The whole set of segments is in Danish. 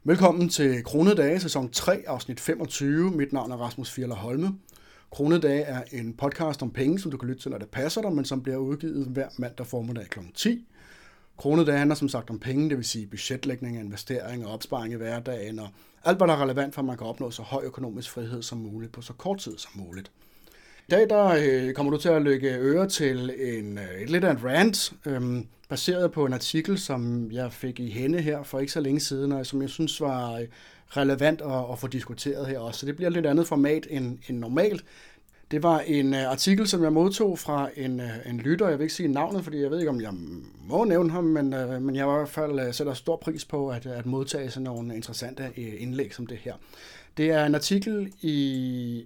Velkommen til Kronedage, sæson 3, afsnit 25. Mit navn er Rasmus Fjeller Holme. Kronedage er en podcast om penge, som du kan lytte til, når det passer dig, men som bliver udgivet hver mandag formiddag kl. 10. Kronedage handler som sagt om penge, det vil sige budgetlægning, investering og opsparing i hverdagen, og alt, hvad der er relevant for, at man kan opnå så høj økonomisk frihed som muligt på så kort tid som muligt. I dag der kommer du til at lægge øre til et lidt af en rant, baseret på en artikel, som jeg fik i hænde her for ikke så længe siden, og som jeg synes var relevant at få diskuteret her også. Så det bliver et lidt andet format end normalt. Det var en artikel, som jeg modtog fra en lytter. Jeg vil ikke sige navnet, fordi jeg ved ikke, om jeg må nævne ham, men jeg i hvert fald sætter stor pris på at modtage sådan nogle interessante indlæg som det her. Det er en artikel i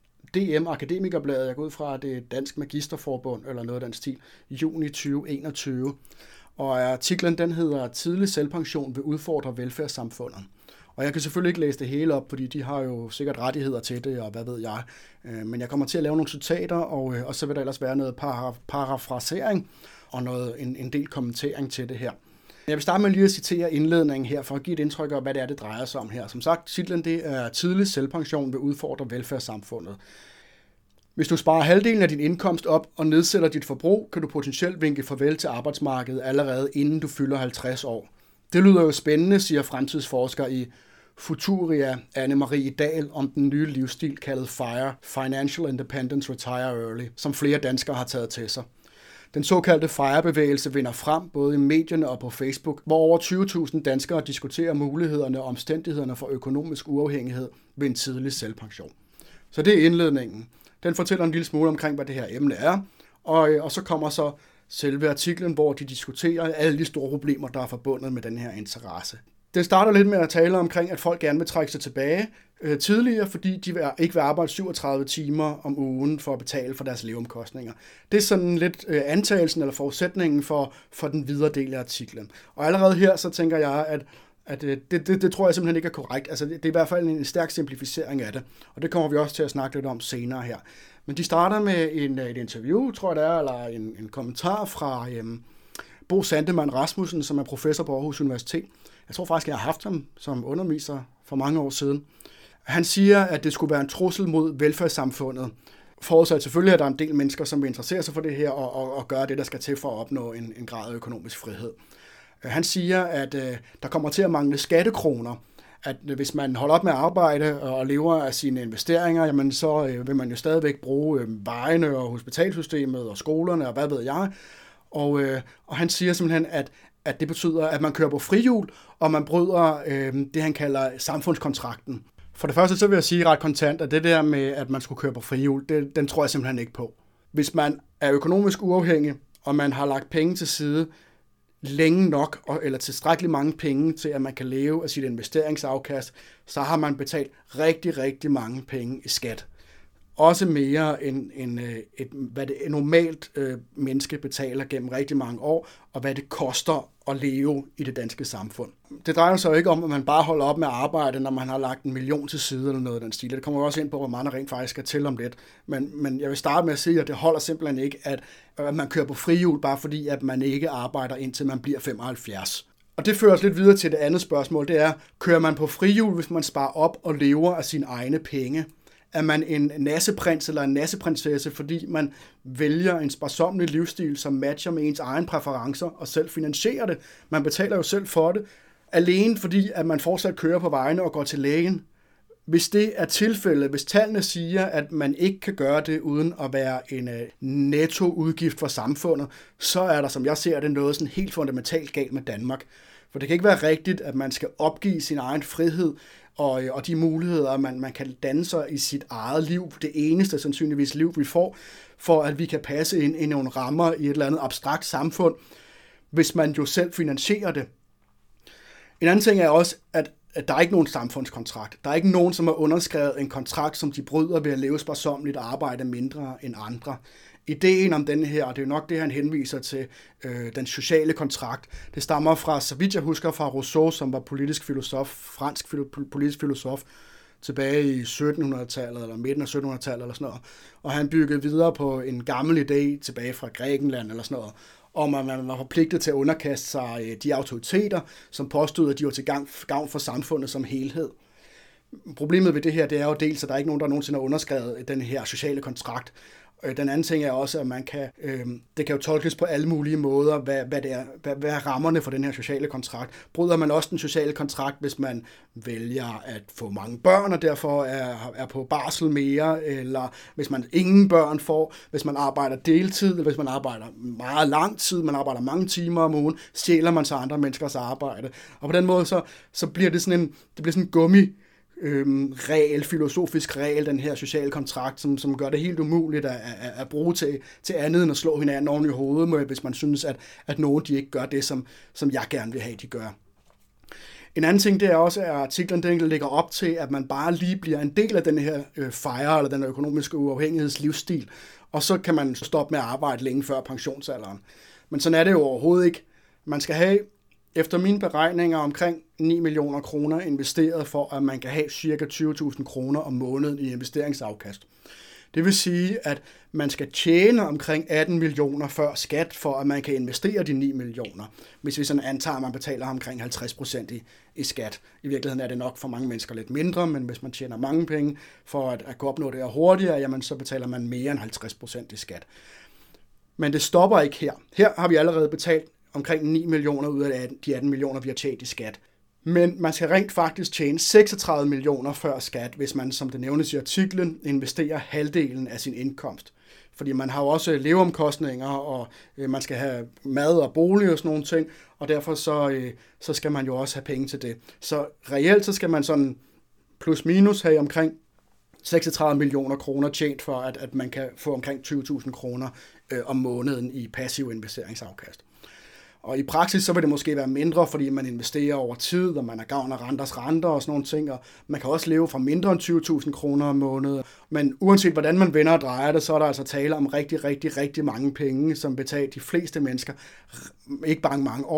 DM Akademikerbladet, jeg går ud fra, at det er Dansk Magisterforbund eller noget af den stil, juni 2021. Og artiklen den hedder Tidlig selvpension vil udfordre velfærdssamfundet. Og jeg kan selvfølgelig ikke læse det hele op, fordi de har jo sikkert rettigheder til det, og hvad ved jeg. Men jeg kommer til at lave nogle citater, og så vil der ellers være noget parafrasering og en del kommentering til det her. Jeg vil starte med lige at citere indledningen her, for at give et indtryk af, hvad det er, det drejer sig om her. Som sagt, titlen det er Tidlig selvpension vil udfordre velfærdssamfundet. Hvis du sparer halvdelen af din indkomst op og nedsætter dit forbrug, kan du potentielt vinke farvel til arbejdsmarkedet allerede inden du fylder 50 år. Det lyder jo spændende, siger fremtidsforsker i Futuria Anne-Marie Dahl om den nye livsstil kaldet FIRE, Financial Independence Retire Early, som flere danskere har taget til sig. Den såkaldte FIRE-bevægelse vinder frem både i medierne og på Facebook, hvor over 20.000 danskere diskuterer mulighederne og omstændighederne for økonomisk uafhængighed ved en tidlig selvpension. Så det er indledningen. Den fortæller en lille smule omkring, hvad det her emne er, og så kommer så selve artiklen, hvor de diskuterer alle de store problemer, der er forbundet med den her interesse. Det starter lidt med at tale omkring, at folk gerne vil trække sig tilbage tidligere, fordi de ikke vil arbejde 37 timer om ugen for at betale for deres leveomkostninger. Det er sådan lidt antagelsen eller forudsætningen for den videre del af artiklen. Og allerede her, så tænker jeg, at det tror jeg simpelthen ikke er korrekt. Altså, det er i hvert fald en stærk simplificering af det, og det kommer vi også til at snakke lidt om senere her. Men de starter med et interview, tror jeg det er, eller en kommentar fra Bo Sandemann Rasmussen, som er professor på Aarhus Universitet. Jeg tror faktisk, jeg har haft ham som underviser for mange år siden. Han siger, at det skulle være en trussel mod velfærdssamfundet. Forudsat selvfølgelig, at der er en del mennesker, som vil interessere sig for det her og gøre det, der skal til for at opnå en grad af økonomisk frihed. Han siger, at der kommer til at mangle skattekroner, at hvis man holder op med at arbejde og lever af sine investeringer, jamen så vil man jo stadigvæk bruge vejene og hospitalsystemet og skolerne og hvad ved jeg. Og han siger simpelthen, at det betyder, at man kører på frihjul, og man bryder det, han kalder samfundskontrakten. For det første så vil jeg sige ret kontant, at det der med, at man skulle køre på frihjul, den tror jeg simpelthen ikke på. Hvis man er økonomisk uafhængig, og man har lagt penge til side længe nok, eller tilstrækkeligt mange penge til, at man kan leve af sit investeringsafkast, så har man betalt rigtig, rigtig mange penge i skat. Også mere end hvad det normalt menneske betaler gennem rigtig mange år, og hvad det koster at leve i det danske samfund. Det drejer sig jo ikke om, at man bare holder op med at arbejde, når man har lagt 1 million til side eller noget af den stil. Det kommer jo også ind på, hvor mange rent faktisk skal til om lidt. Men jeg vil starte med at sige, at det holder simpelthen ikke, at man kører på frihjul, bare fordi at man ikke arbejder indtil man bliver 75. Og det fører os lidt videre til det andet spørgsmål, det er, kører man på frihjul, hvis man sparer op og lever af sine egne penge? Er man en nasseprins eller en nasseprinsesse, fordi man vælger en sparsommelig livsstil, som matcher med ens egen præferencer og selv finansierer det? Man betaler jo selv for det, alene fordi at man fortsat kører på vejene og går til lægen. Hvis det er tilfældet, hvis tallene siger, at man ikke kan gøre det uden at være en nettoudgift for samfundet, så er der, som jeg ser det, noget sådan helt fundamentalt galt med Danmark. For det kan ikke være rigtigt, at man skal opgive sin egen frihed og de muligheder, man kan danne sig i sit eget liv, det eneste sandsynligvis liv, vi får, for at vi kan passe ind i nogle rammer i et eller andet abstrakt samfund, hvis man jo selv finansierer det. En anden ting er også, at der er ikke nogen samfundskontrakt. Der er ikke nogen, som har underskrevet en kontrakt, som de bryder ved at leve sparsommeligt og arbejde mindre end andre. Ideen om denne her, og det er jo nok det, han henviser til, den sociale kontrakt, det stammer fra, så vidt jeg husker, fra Rousseau, som var fransk politisk filosof, tilbage i 1700-tallet, eller midten af 1700-tallet, eller sådan noget. Og han byggede videre på en gammel idé tilbage fra Grækenland, eller sådan noget, om at man var forpligtet til at underkaste sig de autoriteter, som påstod, at de var til gavn for samfundet som helhed. Problemet ved det her, det er jo dels, at der er ikke nogen, der nogensinde har underskrevet den her sociale kontrakt. Den anden ting er også, at det kan jo tolkes på alle mulige måder, hvad er rammerne for den her sociale kontrakt. Bryder man også den sociale kontrakt, hvis man vælger at få mange børn, og derfor er på barsel mere, eller hvis man ingen børn får, hvis man arbejder deltid, eller hvis man arbejder meget lang tid, man arbejder mange timer om ugen, stjæler man så andre menneskers arbejde. Og på den måde, så bliver det sådan en gummi, filosofisk regel, den her sociale kontrakt, som gør det helt umuligt at bruge til andet end at slå hinanden oven i hovedet, hvis man synes, at nogen de ikke gør det, som jeg gerne vil have, de gør. En anden ting, det er også, at artiklen den lægger op til, at man bare lige bliver en del af den her FIRE, eller den økonomiske uafhængighedslivsstil, og så kan man stoppe med at arbejde længe før pensionsalderen. Men sådan er det jo overhovedet ikke. Man skal have, efter mine beregninger, omkring 9 millioner kroner investeret for, at man kan have ca. 20.000 kroner om måneden i investeringsafkast. Det vil sige, at man skal tjene omkring 18 millioner før skat, for at man kan investere de 9 millioner. Hvis vi sådan antager, at man betaler omkring 50% i skat. I virkeligheden er det nok for mange mennesker lidt mindre, men hvis man tjener mange penge for at kunne opnå det her hurtigere, jamen så betaler man mere end 50% i skat. Men det stopper ikke her. Her har vi allerede betalt omkring 9 millioner ud af de 18 millioner, vi har tjent i skat. Men man skal rent faktisk tjene 36 millioner før skat, hvis man, som det nævnes i artiklen, investerer halvdelen af sin indkomst. Fordi man har jo også leveomkostninger, og man skal have mad og bolig og sådan nogle ting, og derfor så skal man jo også have penge til det. Så reelt så skal man sådan plus minus have omkring 36 millioner kroner tjent for, at man kan få omkring 20.000 kroner om måneden i passiv investeringsafkast. Og i praksis så vil det måske være mindre, fordi man investerer over tid, og man har gavn af renters renter og sådan nogle ting, og man kan også leve for mindre end 20.000 kroner om måneden. Men uanset hvordan man vender og drejer det, så er der altså tale om rigtig, rigtig, rigtig mange penge, som betaler de fleste mennesker, ikke bare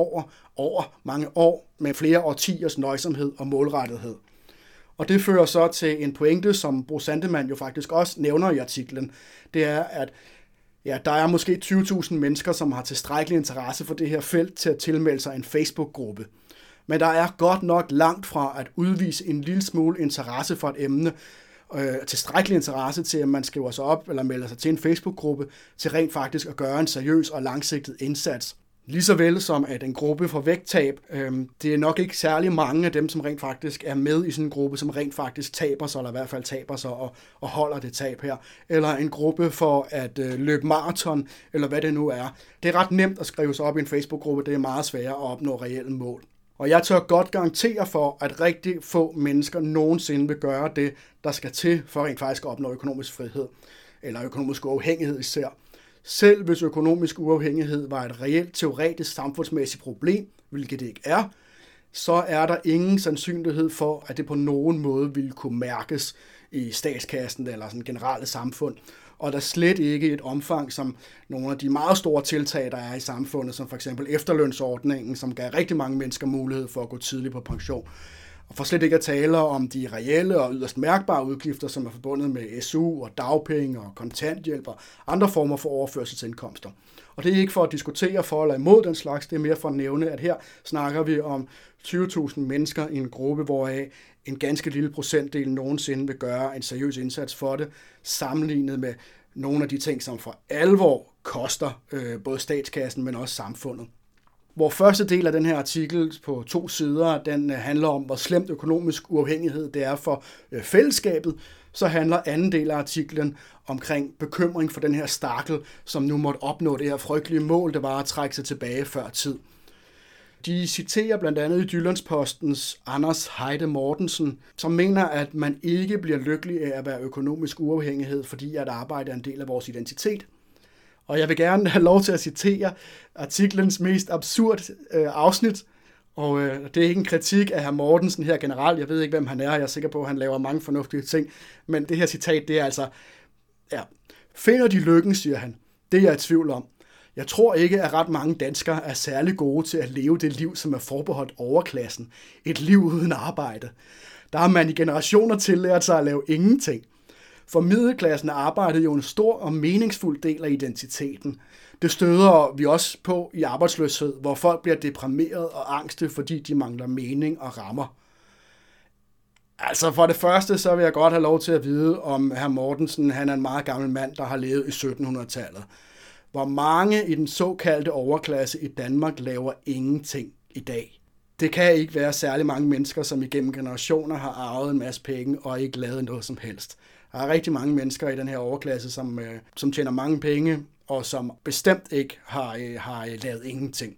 mange år, med flere årtiers nøjsomhed og målrettethed. Og det fører så til en pointe, som Bo Sandemann jo faktisk også nævner i artiklen. Det er, at der er måske 20.000 mennesker, som har tilstrækkelig interesse for det her felt til at tilmelde sig en Facebook-gruppe. Men der er godt nok langt fra at udvise en lille smule interesse for et emne, tilstrækkelig interesse til, at man skriver sig op eller melder sig til en Facebook-gruppe, til rent faktisk at gøre en seriøs og langsigtet indsats. Ligeså vel som at en gruppe for vægttab, det er nok ikke særlig mange af dem, som rent faktisk er med i sådan en gruppe, som rent faktisk taber sig, eller i hvert fald taber sig og holder det tab her. Eller en gruppe for at løbe maraton, eller hvad det nu er. Det er ret nemt at skrive sig op i en Facebook-gruppe, det er meget sværere at opnå reelle mål. Og jeg tør godt garantere for, at rigtig få mennesker nogensinde vil gøre det, der skal til for rent faktisk at opnå økonomisk frihed, eller økonomisk uafhængighed især. Selv hvis økonomisk uafhængighed var et reelt teoretisk samfundsmæssigt problem, hvilket det ikke er, så er der ingen sandsynlighed for, at det på nogen måde ville kunne mærkes i statskassen eller sådan generelle samfund. Og der slet ikke et omfang, som nogle af de meget store tiltag, der er i samfundet, som for eksempel efterlønsordningen, som gav rigtig mange mennesker mulighed for at gå tidligt på pension. Og for slet ikke at tale om de reelle og yderst mærkbare udgifter, som er forbundet med SU og dagpenge og kontanthjælp og andre former for overførselsindkomster. Og det er ikke for at diskutere for eller imod den slags, det er mere for at nævne, at her snakker vi om 20.000 mennesker i en gruppe, hvoraf en ganske lille procentdel nogensinde vil gøre en seriøs indsats for det, sammenlignet med nogle af de ting, som for alvor koster både statskassen, men også samfundet. Hvor første del af den her artikel på 2 sider, den handler om, hvor slemt økonomisk uafhængighed det er for fællesskabet, så handler anden del af artiklen omkring bekymring for den her stakkel, som nu måtte opnå det her frygtelige mål, det var at trække sig tilbage før tid. De citerer blandt andet i Jyllandspostens Anders Heide Mortensen, som mener, at man ikke bliver lykkelig af at være økonomisk uafhængighed, fordi at arbejde er en del af vores identitet. Og jeg vil gerne have lov til at citere artiklens mest absurd afsnit, og det er ikke en kritik af hr. Mortensen her generelt. Jeg ved ikke, hvem han er, jeg er sikker på, at han laver mange fornuftige ting, men det her citat, det er altså, finder de lykken, siger han, det er jeg i tvivl om. Jeg tror ikke, at ret mange danskere er særlig gode til at leve det liv, som er forbeholdt overklassen. Et liv uden arbejde. Der har man i generationer tillært sig at lave ingenting. For middelklassen er arbejdet jo en stor og meningsfuld del af identiteten. Det støder vi også på i arbejdsløshed, hvor folk bliver deprimeret og angste, fordi de mangler mening og rammer. Altså for det første, så vil jeg godt have lov til at vide, om hr. Mortensen han er en meget gammel mand, der har levet i 1700-tallet. Hvor mange i den såkaldte overklasse i Danmark laver ingenting i dag. Det kan ikke være særlig mange mennesker, som igennem generationer har arvet en masse penge og ikke lavet noget som helst. Der er rigtig mange mennesker i den her overklasse, som tjener mange penge, og som bestemt ikke har lavet ingenting.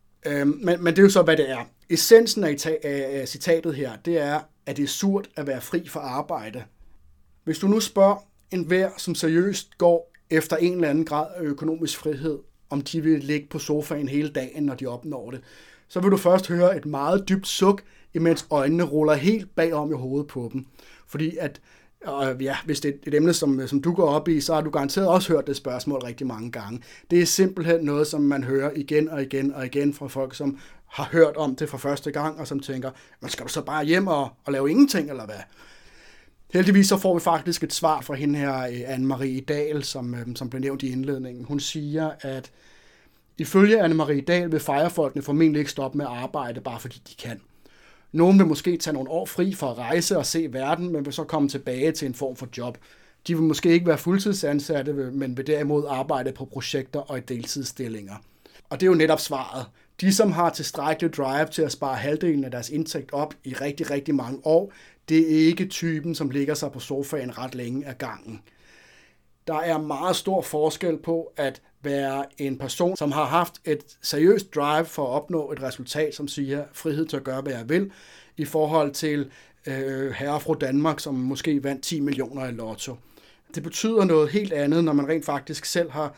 Men det er jo så, hvad det er. Essensen af citatet her, det er, at det er surt at være fri for arbejde. Hvis du nu spørger enhver, som seriøst går efter en eller anden grad af økonomisk frihed, om de vil ligge på sofaen hele dagen, når de opnår det, så vil du først høre et meget dybt suk, imens øjnene ruller helt bagom i hovedet på dem. Fordi at, hvis det er et emne, som du går op i, så har du garanteret også hørt det spørgsmål rigtig mange gange. Det er simpelthen noget, som man hører igen og igen og igen fra folk, som har hørt om det for første gang, og som tænker, men skal du så bare hjem og lave ingenting, eller hvad? Heldigvis så får vi faktisk et svar fra hende her, Anne-Marie Dahl, som blev nævnt i indledningen. Hun siger, at ifølge Anne-Marie Dahl vil fejrefolkene formentlig ikke stoppe med at arbejde, bare fordi de kan. Nogen vil måske tage nogle år fri for at rejse og se verden, men vil så komme tilbage til en form for job. De vil måske ikke være fuldtidsansatte, men vil derimod arbejde på projekter og i deltidsstillinger. Og det er jo netop svaret. De, som har tilstrækkelig drive til at spare halvdelen af deres indtægt op i rigtig, rigtig mange år, det er ikke typen, som ligger sig på sofaen ret længe ad gangen. Der er meget stor forskel på at være en person, som har haft et seriøst drive for at opnå et resultat, som siger frihed til at gøre, hvad jeg vil, i forhold til herre og fru Danmark, som måske vandt 10 millioner i lotto. Det betyder noget helt andet, når man rent faktisk selv har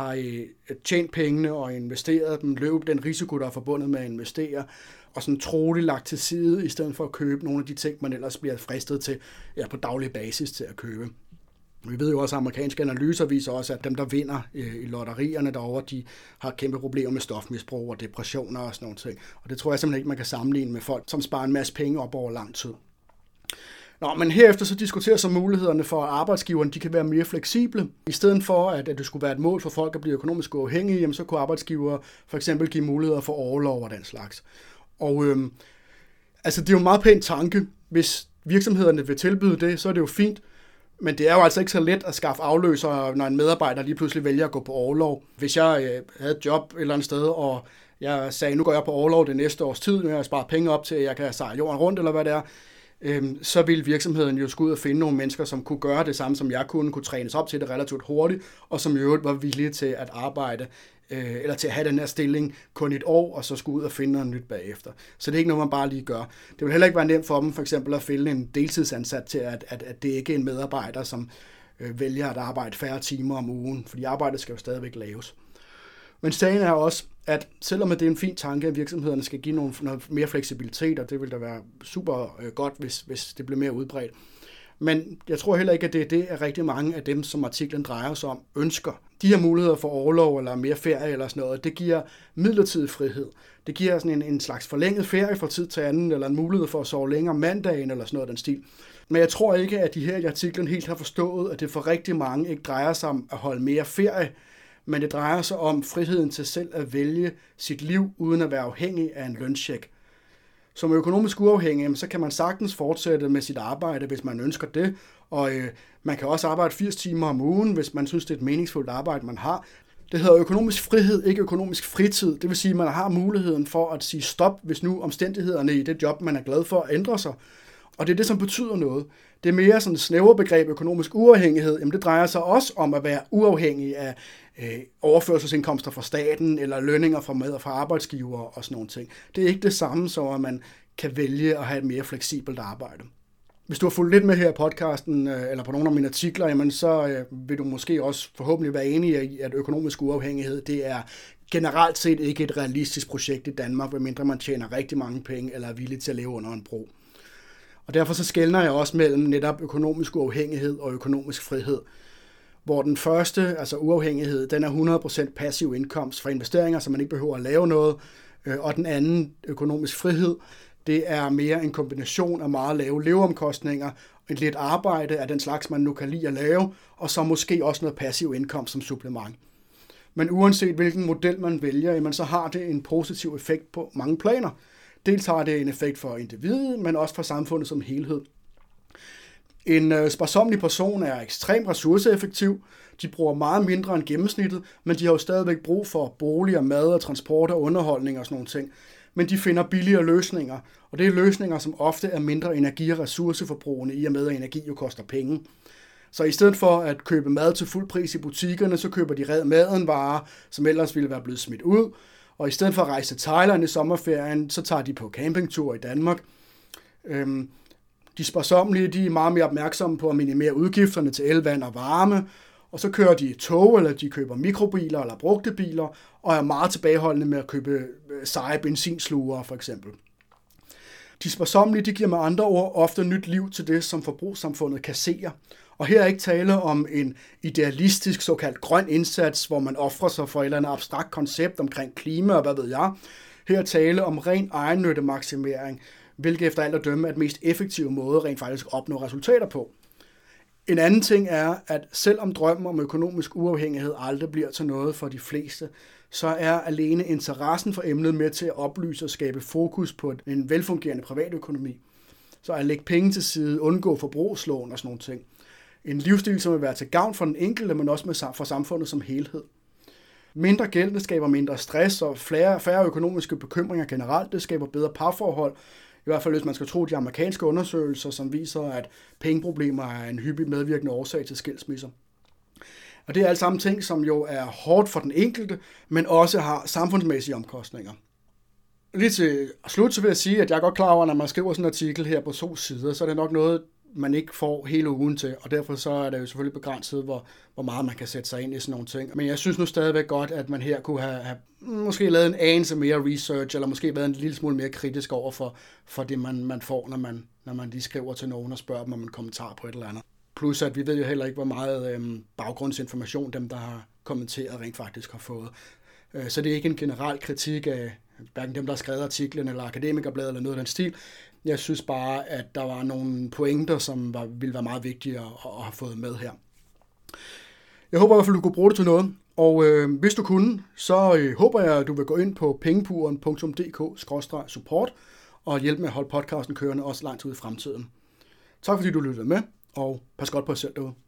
tjent pengene og investeret dem, løbet den risiko, der er forbundet med at investere, og sådan troligt lagt til side, i stedet for at købe nogle af de ting, man ellers bliver fristet til på daglig basis til at købe. Vi ved jo også, at amerikanske analyser viser også, at dem, der vinder i lotterierne derovre, de har kæmpe problemer med stofmisbrug og depressioner og sådan nogle ting. Og det tror jeg simpelthen ikke, man kan sammenligne med folk, som sparer en masse penge op over lang tid. Nå, men herefter så diskuterer så mulighederne for, at arbejdsgiverne de kan være mere fleksible. I stedet for, at det skulle være et mål for folk at blive økonomisk uafhængige, jamen, så kunne arbejdsgivere for eksempel give muligheder for orlov og den slags. Og altså, det er jo en meget pæn tanke. Hvis virksomhederne vil tilbyde det, så er det jo fint. Men det er jo altså ikke så let at skaffe afløser, når en medarbejder lige pludselig vælger at gå på orlov. Hvis jeg havde et job et eller andet sted, og jeg sagde, nu går jeg på orlov det næste års tid, når jeg sparer penge op til, at jeg kan sejle jorden rundt, eller hvad det er, så ville virksomheden jo skulle ud og finde nogle mennesker, som kunne gøre det samme, som jeg kunne trænes op til det relativt hurtigt, og som i øvrigt var villige til at arbejde, eller til at have den her stilling kun et år, og så skulle ud og finde noget nyt bagefter. Så det er ikke noget, man bare lige gør. Det vil heller ikke være nemt for dem, for eksempel at finde en deltidsansat til, at det ikke er en medarbejder, som vælger at arbejde færre timer om ugen, fordi arbejdet skal jo stadigvæk laves. Men sagen er også, at selvom det er en fin tanke, at virksomhederne skal give noget mere fleksibilitet, og det vil da være super godt, hvis det bliver mere udbredt. Men jeg tror heller ikke, at det er det, at rigtig mange af dem, som artiklen drejer sig om, ønsker. De her muligheder for orlov eller mere ferie eller sådan noget, det giver midlertidig frihed. Det giver sådan en slags forlænget ferie fra tid til anden, eller en mulighed for at sove længere mandagen eller sådan noget af den stil. Men jeg tror ikke, at de her i artiklen helt har forstået, at det for rigtig mange ikke drejer sig om at holde mere ferie, men det drejer sig om friheden til selv at vælge sit liv, uden at være afhængig af en løncheck. Som økonomisk uafhængig, så kan man sagtens fortsætte med sit arbejde, hvis man ønsker det, og man kan også arbejde 80 timer om ugen, hvis man synes, det er et meningsfuldt arbejde, man har. Det hedder økonomisk frihed, ikke økonomisk fritid. Det vil sige, at man har muligheden for at sige stop, hvis nu omstændighederne i det job, man er glad for, ændrer sig. Og det er det, som betyder noget. Det er mere sådan et snævre begreb økonomisk uafhængighed. Jamen, det drejer sig også om at være uafhængig af overførselsindkomster fra staten eller lønninger fra arbejdsgivere og sådan nogle ting. Det er ikke det samme som, at man kan vælge at have et mere fleksibelt arbejde. Hvis du har fulgt lidt med her i podcasten eller på nogle af mine artikler, jamen, så vil du måske også forhåbentlig være enig i, at økonomisk uafhængighed, det er generelt set ikke et realistisk projekt i Danmark, medmindre man tjener rigtig mange penge eller er villig til at leve under en bro. Og derfor så skelner jeg også mellem netop økonomisk uafhængighed og økonomisk frihed. Hvor den første, altså uafhængighed, den er 100% passiv indkomst fra investeringer, så man ikke behøver at lave noget. Og den anden, økonomisk frihed, det er mere en kombination af meget lave leveomkostninger, et lidt arbejde af den slags, man nu kan lide at lave, og så måske også noget passiv indkomst som supplement. Men uanset hvilken model man vælger, jamen, så har det en positiv effekt på mange planer. Dels har det en effekt for individet, men også for samfundet som helhed. En sparsommelig person er ekstremt ressourceeffektiv. De bruger meget mindre end gennemsnittet, men de har jo stadigvæk brug for boliger, mad og transport og underholdning og sådan nogle ting. Men de finder billigere løsninger, og det er løsninger, som ofte er mindre energi- og ressourceforbrugende, i og med at energi jo koster penge. Så i stedet for at købe mad til fuld pris i butikkerne, så køber de red madenvarer, som ellers ville være blevet smidt ud. Og i stedet for at rejse til Thailand i sommerferien, så tager de på campingtur i Danmark. De sparsommelige, de er meget mere opmærksomme på at minimere udgifterne til el, vand og varme, og så kører de i tog, eller de køber mikrobiler eller brugte biler, og er meget tilbageholdende med at købe seje benzinslugere for eksempel. De sparsommelige, de giver med andre ord ofte nyt liv til det, som forbrugssamfundet kasserer. Og her er ikke tale om en idealistisk såkaldt grøn indsats, hvor man offrer sig for et eller andet abstrakt koncept omkring klima og hvad ved jeg. Her er tale om ren egennyttemaksimering, hvilket efter alt at dømme er den mest effektive måde rent faktisk at opnå resultater på. En anden ting er, at selvom drømmen om økonomisk uafhængighed aldrig bliver til noget for de fleste, så er alene interessen for emnet med til at oplyse og skabe fokus på en velfungerende privatøkonomi. Så at lægge penge til side, undgå forbrugslån og sådan nogle ting. En livsstil, som vil være til gavn for den enkelte, men også for samfundet som helhed. Mindre gæld, det skaber mindre stress og færre økonomiske bekymringer generelt. Det skaber bedre parforhold. I hvert fald hvis man skal tro de amerikanske undersøgelser, som viser, at pengeproblemer er en hyppig medvirkende årsag til skilsmisser. Og det er alt sammen ting, som jo er hårdt for den enkelte, men også har samfundsmæssige omkostninger. Lige til slut så vil jeg sige, at jeg er godt klar over, at når man skriver sådan en artikel her på 2 sider, så er det nok noget, man ikke får hele ugen til, og derfor så er det jo selvfølgelig begrænset, hvor meget man kan sætte sig ind i sådan nogle ting. Men jeg synes nu stadigvæk godt, at man her kunne have måske lavet en anelse mere research, eller måske været en lille smule mere kritisk over for det, man får, når man lige skriver til nogen og spørger dem om en kommentar på et eller andet. Plus at vi ved jo heller ikke, hvor meget baggrundsinformation dem, der har kommenteret, rent faktisk har fået. Så det er ikke en generel kritik af hverken dem, der har skrevet artiklen, eller Akademikerbladet, eller noget af den stil. Jeg synes bare, at der var nogle pointer, som ville være meget vigtige at have fået med her. Jeg håber i hvert fald, du kunne bruge det til noget. Og hvis du kunne, så håber jeg, at du vil gå ind på pengepuren.dk/support og hjælpe med at holde podcasten kørende også langt ud i fremtiden. Tak fordi du lyttede med, og pas godt på jer selv derude.